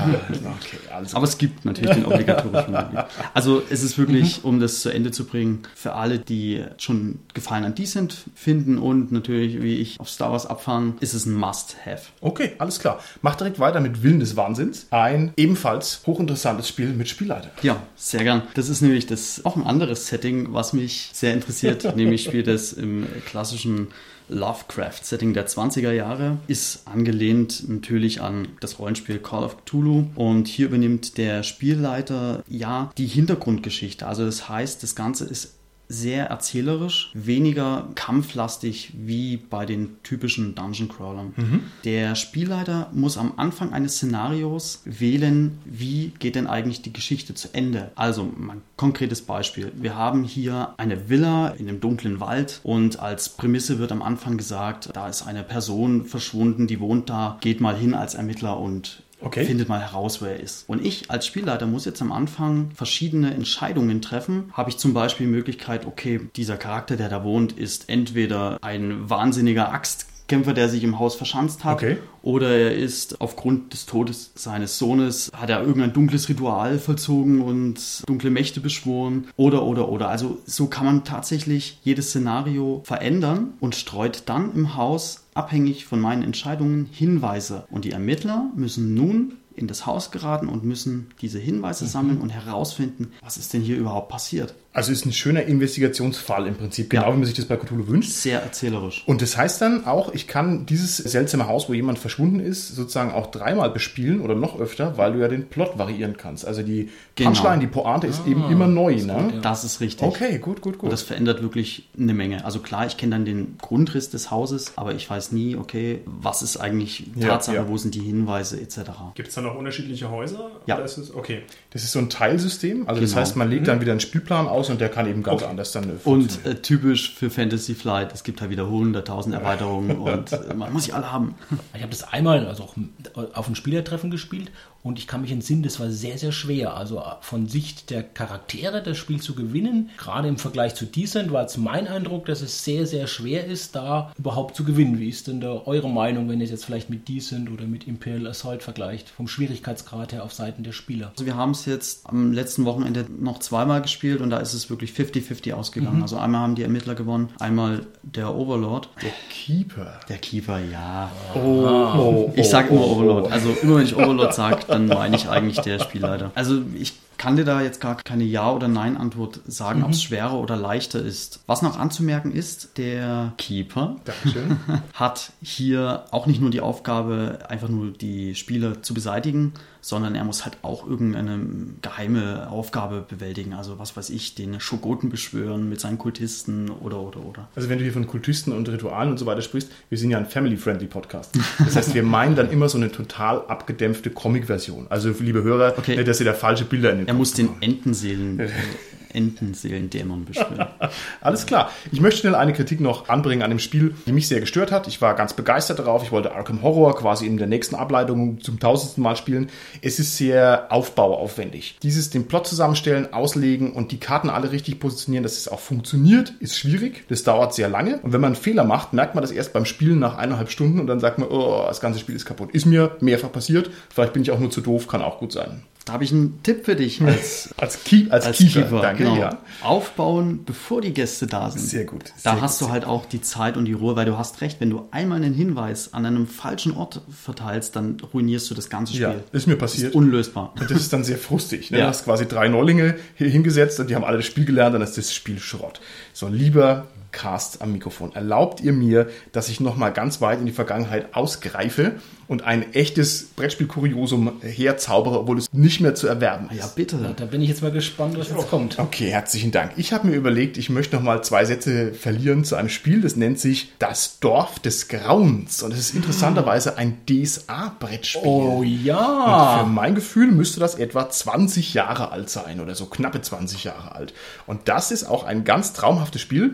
Okay, also. Aber es gibt natürlich den obligatorischen Weg. Also es ist wirklich, um das zu Ende zu bringen, für alle, die schon Gefallen an Descent finden und natürlich, wie ich, auf Star Wars abfahren, ist es ein Must-Have. Okay, alles klar. Mach direkt weiter mit Willen des Wahnsinns. Ein ebenfalls hochinteressantes Spiel mit Spielleiter. Ja, sehr gern. Das ist nämlich das auch ein anderes Setting, was mich sehr interessiert. Nämlich spielt es im klassischen Lovecraft-Setting der zwanziger Jahre, ist angelehnt natürlich an das Rollenspiel Call of Cthulhu und hier übernimmt der Spielleiter ja die Hintergrundgeschichte. Also das heißt, das Ganze ist sehr erzählerisch, weniger kampflastig wie bei den typischen Dungeon-Crawlern. Mhm. Der Spielleiter muss am Anfang eines Szenarios wählen, wie geht denn eigentlich die Geschichte zu Ende. Also ein konkretes Beispiel. Wir haben hier eine Villa in einem dunklen Wald und als Prämisse wird am Anfang gesagt, da ist eine Person verschwunden, die wohnt da, geht mal hin als Ermittler und Okay. findet mal heraus, wer er ist. Und ich als Spielleiter muss jetzt am Anfang verschiedene Entscheidungen treffen. Habe ich zum Beispiel die Möglichkeit, okay, dieser Charakter, der da wohnt, ist entweder ein wahnsinniger Axtkämpfer, der sich im Haus verschanzt hat, okay. oder er ist aufgrund des Todes seines Sohnes, hat er irgendein dunkles Ritual vollzogen und dunkle Mächte beschworen, oder, oder, oder. Also so kann man tatsächlich jedes Szenario verändern und streut dann im Haus abhängig von meinen Entscheidungen Hinweise. Und die Ermittler müssen nun in das Haus geraten und müssen diese Hinweise sammeln und herausfinden, was ist denn hier überhaupt passiert. Also ist ein schöner Investigationsfall im Prinzip, genau ja. wie man sich das bei Cthulhu wünscht. Sehr erzählerisch. Und das heißt dann auch, ich kann dieses seltsame Haus, wo jemand verschwunden ist, sozusagen auch dreimal bespielen oder noch öfter, weil du ja den Plot variieren kannst. Also die genau. Punchline, die Pointe ist ah, eben immer neu. Das, ne? gut, ja. das ist richtig. Okay, gut, gut, gut. Und das verändert wirklich eine Menge. Also klar, ich kenne dann den Grundriss des Hauses, aber ich weiß nie, okay, was ist eigentlich Tatsache, ja, ja. wo sind die Hinweise et cetera. Gibt es dann auch unterschiedliche Häuser? Ja. Oder ist es, okay. Das ist so ein Teilsystem. Also genau. das heißt, man legt mhm. dann wieder einen Spielplan aus und der kann eben ganz okay. anders dann und äh, typisch für Fantasy Flight, es gibt halt wieder hunderttausend Erweiterungen und äh, man muss sie alle haben. Ich habe das einmal also auch auf einem Spielertreffen gespielt und ich kann mich entsinnen, das war sehr, sehr schwer. Also von Sicht der Charaktere das Spiel zu gewinnen, gerade im Vergleich zu Descent, war es mein Eindruck, dass es sehr, sehr schwer ist, da überhaupt zu gewinnen. Wie ist denn da eure Meinung, wenn ihr es jetzt vielleicht mit Descent oder mit Imperial Assault vergleicht, vom Schwierigkeitsgrad her auf Seiten der Spieler? Also wir haben es jetzt am letzten Wochenende noch zweimal gespielt und da ist es wirklich fünfzig fünfzig ausgegangen. Mhm. Also einmal haben die Ermittler gewonnen, einmal der Overlord. Der Keeper. Der Keeper, ja. Oh, oh, oh, ich sag immer oh, Overlord. Oh. Also immer wenn ich Overlord sage, dann meine ich eigentlich der Spielleiter. Also ich kann dir da jetzt gar keine Ja- oder Nein-Antwort sagen, mhm. ob es schwerer oder leichter ist. Was noch anzumerken ist, der Keeper Dankeschön. hat hier auch nicht nur die Aufgabe, einfach nur die Spieler zu beseitigen, sondern er muss halt auch irgendeine geheime Aufgabe bewältigen. Also was weiß ich, den Shogoten beschwören mit seinen Kultisten oder, oder, oder. Also wenn du hier von Kultisten und Ritualen und so weiter sprichst, wir sind ja ein Family-Friendly Podcast. Das heißt, wir meinen dann immer so eine total abgedämpfte Comic-Version. Also liebe Hörer, okay. dass ihr da falsche Bilder in den Er Kopf muss den bekommen. Entenseelen... Entenseelendämon beschwören. Alles klar. Ich möchte schnell eine Kritik noch anbringen an dem Spiel, die mich sehr gestört hat. Ich war ganz begeistert darauf. Ich wollte Arkham Horror quasi in der nächsten Ableitung zum tausendsten Mal spielen. Es ist sehr aufbauaufwendig. Dieses den Plot zusammenstellen, auslegen und die Karten alle richtig positionieren, dass es auch funktioniert, ist schwierig. Das dauert sehr lange. Und wenn man einen Fehler macht, merkt man das erst beim Spielen nach eineinhalb Stunden und dann sagt man, oh, das ganze Spiel ist kaputt. Ist mir mehrfach passiert. Vielleicht bin ich auch nur zu doof, kann auch gut sein. Da habe ich einen Tipp für dich als, als, Keep, als, als Keeper. Keeper. Danke, genau. ja. Aufbauen, bevor die Gäste da sind. Sehr gut. Sehr da gut, hast du halt auch die Zeit und die Ruhe, weil du hast recht, wenn du einmal einen Hinweis an einem falschen Ort verteilst, dann ruinierst du das ganze Spiel. Ja, ist mir passiert. Das ist unlösbar. Und das ist dann sehr frustig. Ne? Ja. Du hast quasi drei Neulinge hier hingesetzt und die haben alle das Spiel gelernt, dann ist das Spiel Schrott. So, lieber Cast am Mikrofon, erlaubt ihr mir, dass ich nochmal ganz weit in die Vergangenheit ausgreife und ein echtes Brettspiel-Kuriosum herzaubere, obwohl es nicht mehr zu erwerben ist. Ja, bitte. Ja, da bin ich jetzt mal gespannt, was jetzt kommt. Okay, herzlichen Dank. Ich habe mir überlegt, ich möchte nochmal zwei Sätze verlieren zu einem Spiel, das nennt sich Das Dorf des Grauens und es ist interessanterweise ein D S A-Brettspiel. Oh ja! Und für mein Gefühl müsste das etwa zwanzig Jahre alt sein oder so knappe zwanzig Jahre alt. Und das ist auch ein ganz traumhaftes Spiel gewesen,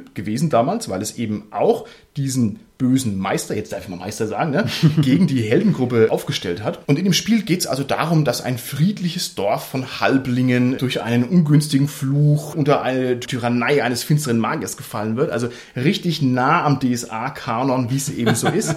gewesen damals, weil es eben auch diesen bösen Meister, jetzt darf ich mal Meister sagen, ne, gegen die Heldengruppe aufgestellt hat. Und in dem Spiel geht es also darum, dass ein friedliches Dorf von Halblingen durch einen ungünstigen Fluch unter eine Tyrannei eines finsteren Magiers gefallen wird. Also richtig nah am D S A-Kanon, wie es eben so ist.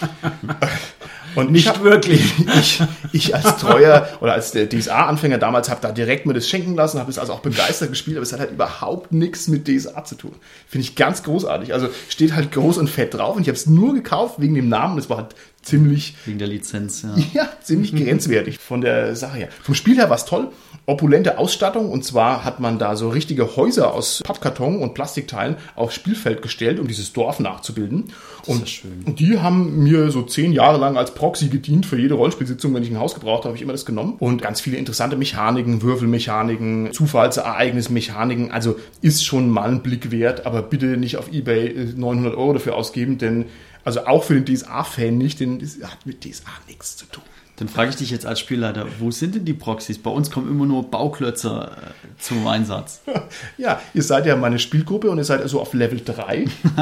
Und nicht hab, wirklich. Ich, ich als treuer oder als der D S A-Anfänger damals habe da direkt mir das schenken lassen, habe es also auch begeistert gespielt, aber es hat halt überhaupt nichts mit D S A zu tun. Finde ich ganz großartig. Also steht halt groß und fett drauf und ich habe es nur gekauft wegen dem Namen. Es war halt ziemlich... Wegen der Lizenz, ja. Ja, ziemlich grenzwertig von der Sache her. Vom Spiel her war es toll. Opulente Ausstattung, und zwar hat man da so richtige Häuser aus Pappkarton und Plastikteilen aufs Spielfeld gestellt, um dieses Dorf nachzubilden. Das und, ist schön. und die haben mir so zehn Jahre lang als Proxy gedient für jede Rollspielsitzung. Wenn ich ein Haus gebraucht habe, habe ich immer das genommen. Und ganz viele interessante Mechaniken, Würfelmechaniken, Zufallsereignismechaniken. Also ist schon mal ein Blick wert, aber bitte nicht auf eBay neunhundert Euro dafür ausgeben, denn also auch für den D S A-Fan nicht, denn das hat mit D S A nichts zu tun. Dann frage ich dich jetzt als Spielleiter, wo sind denn die Proxys? Bei uns kommen immer nur Bauklötze äh, zum Einsatz. Ja, ihr seid ja meine Spielgruppe und ihr seid also auf Level drei.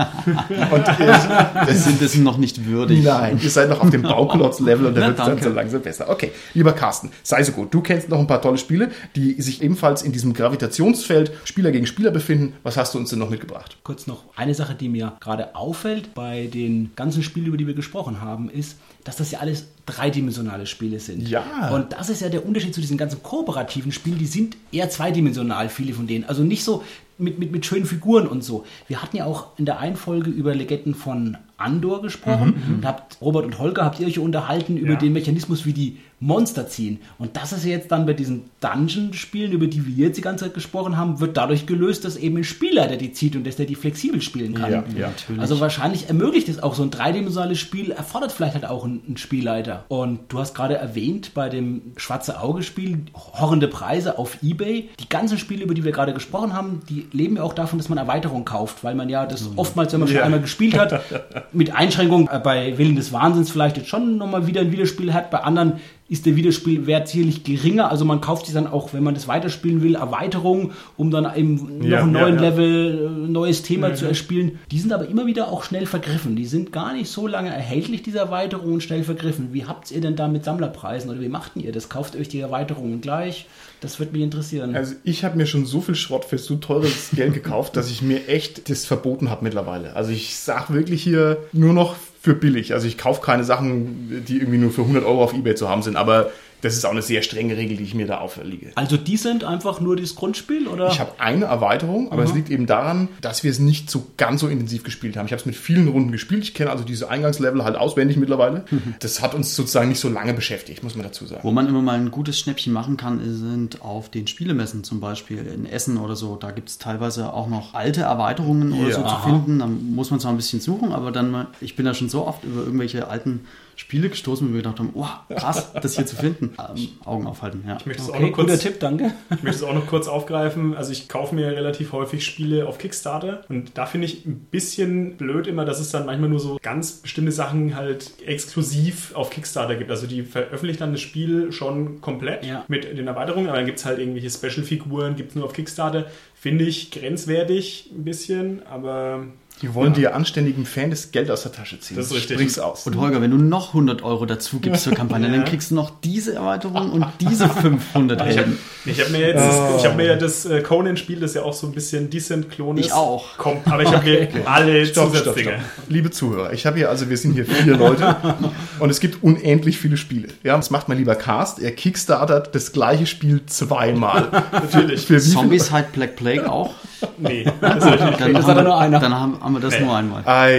Und wir sind dessen noch nicht würdig. Nein, ihr seid noch auf dem Bauklotz-Level und da wird es dann so langsam besser. Okay, lieber Carsten, sei so gut. Du kennst noch ein paar tolle Spiele, die sich ebenfalls in diesem Gravitationsfeld Spieler gegen Spieler befinden. Was hast du uns denn noch mitgebracht? Kurz noch eine Sache, die mir gerade auffällt bei den ganzen Spielen, über die wir gesprochen haben, ist, dass das ja alles dreidimensionale Spiele sind. Ja. Und das ist ja der Unterschied zu diesen ganzen kooperativen Spielen, die sind eher zweidimensional, viele von denen. Also nicht so mit, mit, mit schönen Figuren und so. Wir hatten ja auch in der einen Folge über Legenden von Andor gesprochen. Mhm, da habt Robert und Holger, habt ihr euch unterhalten über ja. den Mechanismus, wie die Monster ziehen. Und das ist ja jetzt dann bei diesen Dungeon-Spielen, über die wir jetzt die ganze Zeit gesprochen haben, wird dadurch gelöst, dass eben ein Spieler, der die zieht und dass der die flexibel spielen kann. Ja, ja. Natürlich. Also wahrscheinlich ermöglicht es auch so ein dreidimensionales Spiel, erfordert vielleicht halt auch einen, einen Spielleiter. Und du hast gerade erwähnt, bei dem Schwarze-Auge-Spiel, horrende Preise auf eBay. Die ganzen Spiele, über die wir gerade gesprochen haben, die leben ja auch davon, dass man Erweiterungen kauft, weil man ja das oftmals, wenn man schon ja. einmal gespielt hat, mit Einschränkungen, äh, bei Willen des Wahnsinns vielleicht jetzt schon nochmal wieder ein Wiederspiel hat, bei anderen ist der Wiederspielwert sicherlich geringer, also man kauft sich dann auch, wenn man das weiterspielen will, Erweiterungen, um dann eben noch ja, einen neuen ja, ja. Level, ein neues Thema mhm. zu erspielen. Die sind aber immer wieder auch schnell vergriffen. Die sind gar nicht so lange erhältlich, diese Erweiterungen, schnell vergriffen. Wie habt ihr denn da mit Sammlerpreisen oder wie macht ihr das? Kauft ihr euch die Erweiterungen gleich? Das würde mich interessieren. Also ich habe mir schon so viel Schrott für so teures Geld gekauft, dass ich mir echt das verboten habe mittlerweile. Also ich sage wirklich hier nur noch für billig. Also ich kaufe keine Sachen, die irgendwie nur für hundert Euro auf eBay zu haben sind, aber das ist auch eine sehr strenge Regel, die ich mir da auferlege. Also die sind einfach nur das Grundspiel, oder? Ich habe eine Erweiterung, aber mhm. es liegt eben daran, dass wir es nicht so ganz so intensiv gespielt haben. Ich habe es mit vielen Runden gespielt. Ich kenne also diese Eingangslevel halt auswendig mittlerweile. Mhm. Das hat uns sozusagen nicht so lange beschäftigt, muss man dazu sagen. Wo man immer mal ein gutes Schnäppchen machen kann, sind auf den Spielemessen zum Beispiel in Essen oder so. Da gibt es teilweise auch noch alte Erweiterungen oder ja. so zu finden. Da muss man zwar ein bisschen suchen, aber dann mal, ich bin da schon so oft über irgendwelche alten Spiele gestoßen, wo wir gedacht haben, oh, krass, das hier zu finden. Ähm, Augen aufhalten, ja. Ich möchte es okay, auch noch kurz, guter Tipp, danke. Ich möchte es auch noch kurz aufgreifen. Also ich kaufe mir relativ häufig Spiele auf Kickstarter und da finde ich ein bisschen blöd immer, dass es dann manchmal nur so ganz bestimmte Sachen halt exklusiv auf Kickstarter gibt. Also die veröffentlichen dann das Spiel schon komplett ja. mit den Erweiterungen, aber dann gibt es halt irgendwelche Special-Figuren, gibt es nur auf Kickstarter. Finde ich grenzwertig ein bisschen, aber... Die wollen ja. dir anständigen Fan das Geld aus der Tasche ziehen. Das ist richtig. Sprich's aus. Und Holger, wenn du noch hundert Euro dazu gibst zur Kampagne, ja. dann kriegst du noch diese Erweiterung und diese fünfhundert Helden. Ich habe hab mir jetzt, oh. ich habe mir ja das Conan-Spiel, das ja auch so ein bisschen Decent-Klon ist. Ich auch. Kommt, aber ich habe hier okay. alle stopp, stopp, stopp. Liebe Zuhörer, ich habe hier, also wir sind hier vier Leute und es gibt unendlich viele Spiele. Ja, das macht mein lieber Cast. Er kickstartert das gleiche Spiel zweimal. Natürlich. Für Zombies Hide Black Plague auch? Nee. Das, dann dann das hat er nur einer. Dann haben, haben wir das nee. nur einmal.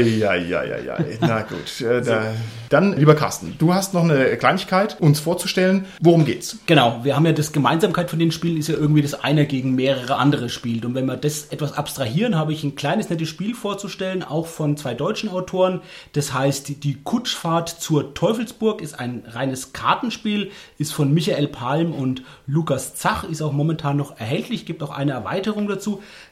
Eieieiei. Na gut. Äh, da. Dann, lieber Carsten, du hast noch eine Kleinigkeit, uns vorzustellen. Worum geht's? Genau, wir haben ja das Gemeinsamkeit von den Spielen, ist ja irgendwie, dass einer gegen mehrere andere spielt. Und wenn wir das etwas abstrahieren, habe ich ein kleines, nettes Spiel vorzustellen, auch von zwei deutschen Autoren. Das heißt, die Kutschfahrt zur Teufelsburg ist ein reines Kartenspiel, ist von Michael Palm und Lukas Zach, ist auch momentan noch erhältlich, gibt auch eine Erweiterung dazu.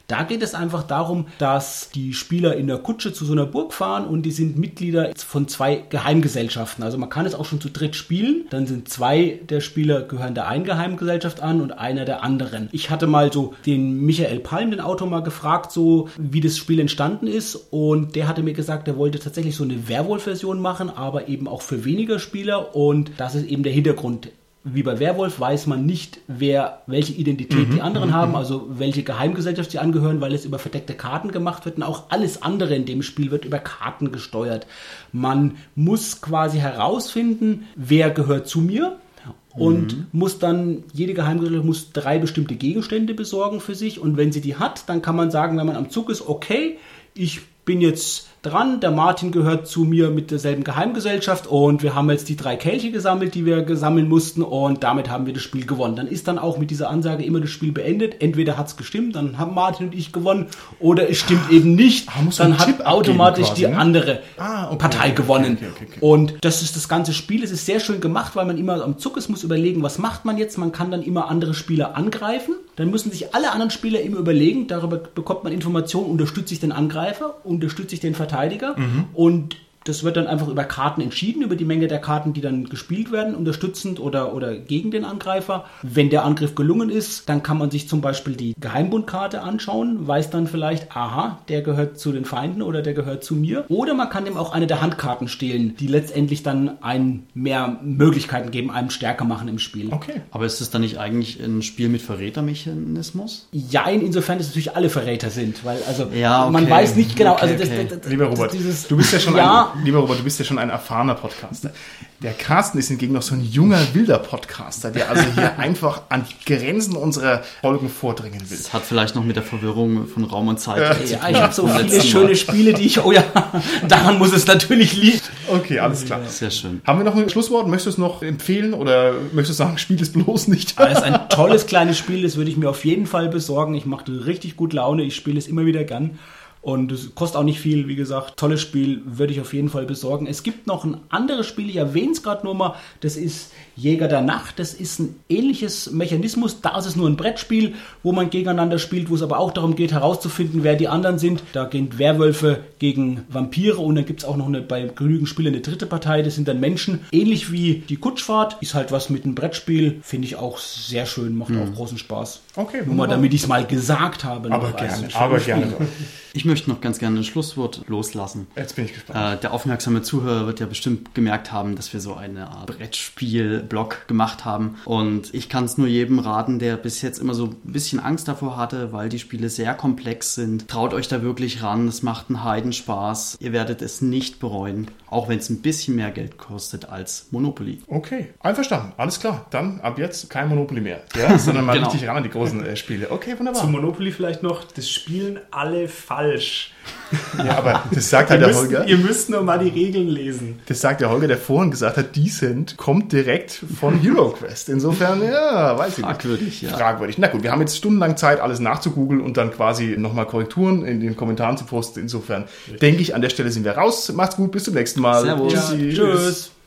Da geht es einfach darum, dass die Spieler in der Kutsche zu so einer Burg fahren und die sind Mitglieder von zwei Geheimgesellschaften. Also man kann es auch schon zu dritt spielen. Dann sind zwei der Spieler gehören der einen Geheimgesellschaft an und einer der anderen. Ich hatte mal so den Michael Palm, den Autor, mal gefragt, so wie das Spiel entstanden ist. Und der hatte mir gesagt, er wollte tatsächlich so eine Werwolf-Version machen, aber eben auch für weniger Spieler. Und das ist eben der Hintergrund. Wie bei Werwolf weiß man nicht, wer welche Identität mhm, die anderen mhm, haben, also welche Geheimgesellschaft sie angehören, weil es über verdeckte Karten gemacht wird und auch alles andere in dem Spiel wird über Karten gesteuert. Man muss quasi herausfinden, wer gehört zu mir und mhm. muss dann, jede Geheimgesellschaft muss drei bestimmte Gegenstände besorgen für sich und wenn sie die hat, dann kann man sagen, wenn man am Zug ist, okay, ich bin jetzt dran, der Martin gehört zu mir mit derselben Geheimgesellschaft und wir haben jetzt die drei Kelche gesammelt, die wir gesammeln mussten und damit haben wir das Spiel gewonnen. Dann ist dann auch mit dieser Ansage immer das Spiel beendet. Entweder hat es gestimmt, dann haben Martin und ich gewonnen oder es stimmt eben nicht, ah, dann hat automatisch quasi, die ne? andere ah, okay, Partei okay, gewonnen. Okay, okay, okay. Und das ist das ganze Spiel. Es ist sehr schön gemacht, weil man immer am Zug ist, muss überlegen, was macht man jetzt. Man kann dann immer andere Spieler angreifen. Dann müssen sich alle anderen Spieler immer überlegen, darüber bekommt man Informationen, unterstütze ich den Angreifer, unterstütze ich den Verteidiger mhm. und das wird dann einfach über Karten entschieden, über die Menge der Karten, die dann gespielt werden, unterstützend oder, oder gegen den Angreifer. Wenn der Angriff gelungen ist, dann kann man sich zum Beispiel die Geheimbundkarte anschauen, weiß dann vielleicht, aha, der gehört zu den Feinden oder der gehört zu mir. Oder man kann dem auch eine der Handkarten stehlen, die letztendlich dann einem mehr Möglichkeiten geben, einem stärker machen im Spiel. Okay. Aber ist das dann nicht eigentlich ein Spiel mit Verrätermechanismus? Ja, insofern, dass natürlich alle Verräter sind, weil also ja, okay. man weiß nicht genau. Okay, also das, okay. das, das, Lieber Robert, dieses, du bist ja schon ja, ein Lieber Robert, du bist ja schon ein erfahrener Podcaster. Der Carsten ist hingegen noch so ein junger, wilder Podcaster, der also hier einfach an die Grenzen unserer Folgen vordringen will. Das hat vielleicht noch mit der Verwirrung von Raum und Zeit ja, zu tun. Ja, ich habe so viele schöne Spiele, die ich, oh ja, daran muss es natürlich liegen. Okay, alles klar. Sehr schön. Haben wir noch ein Schlusswort? Möchtest du es noch empfehlen oder möchtest du sagen, spiel es bloß nicht? Das ist ein tolles kleines Spiel, das würde ich mir auf jeden Fall besorgen. Ich mache richtig gut Laune, ich spiele es immer wieder gern. Und es kostet auch nicht viel, wie gesagt. Tolles Spiel, würde ich auf jeden Fall besorgen. Es gibt noch ein anderes Spiel, ich erwähne es gerade nur mal, das ist Jäger der Nacht. Das ist ein ähnliches Mechanismus. Da ist es nur ein Brettspiel, wo man gegeneinander spielt, wo es aber auch darum geht, herauszufinden, wer die anderen sind. Da gehen Werwölfe gegen Vampire und dann gibt es auch noch eine, bei genügend Spielern eine dritte Partei, das sind dann Menschen. Ähnlich wie die Kutschfahrt, ist halt was mit einem Brettspiel. Finde ich auch sehr schön, macht mhm. auch großen Spaß. Okay, nur mal, damit ich es mal gesagt habe. Aber gerne, aber gerne. Ich möchte noch ganz gerne ein Schlusswort loslassen. Jetzt bin ich gespannt. Äh, der aufmerksame Zuhörer wird ja bestimmt gemerkt haben, dass wir so eine Art Brettspiel-Blog gemacht haben. Und ich kann es nur jedem raten, der bis jetzt immer so ein bisschen Angst davor hatte, weil die Spiele sehr komplex sind. Traut euch da wirklich ran. Es macht einen Heidenspaß. Ihr werdet es nicht bereuen, auch wenn es ein bisschen mehr Geld kostet als Monopoly. Okay, einverstanden. Alles klar. Dann ab jetzt kein Monopoly mehr. Ja, sondern mal genau. richtig ran an die großen äh, Spiele. Okay, wunderbar. Zum Monopoly vielleicht noch, das spielen alle falsch. Ja, aber das sagt halt der müsst, Holger. Ihr müsst nur mal die Regeln lesen. Das sagt der Holger, der vorhin gesagt hat, Decent kommt direkt von Hero Quest. Insofern, ja, weiß ich nicht. Fragwürdig, ja. Fragwürdig. Na gut, wir haben jetzt stundenlang Zeit, alles nachzugoogeln und dann quasi nochmal Korrekturen in den Kommentaren zu posten. Insofern denke ich, an der Stelle sind wir raus. Macht's gut, bis zum nächsten Mal. Servus. Tschüssi. Ja, tschüss.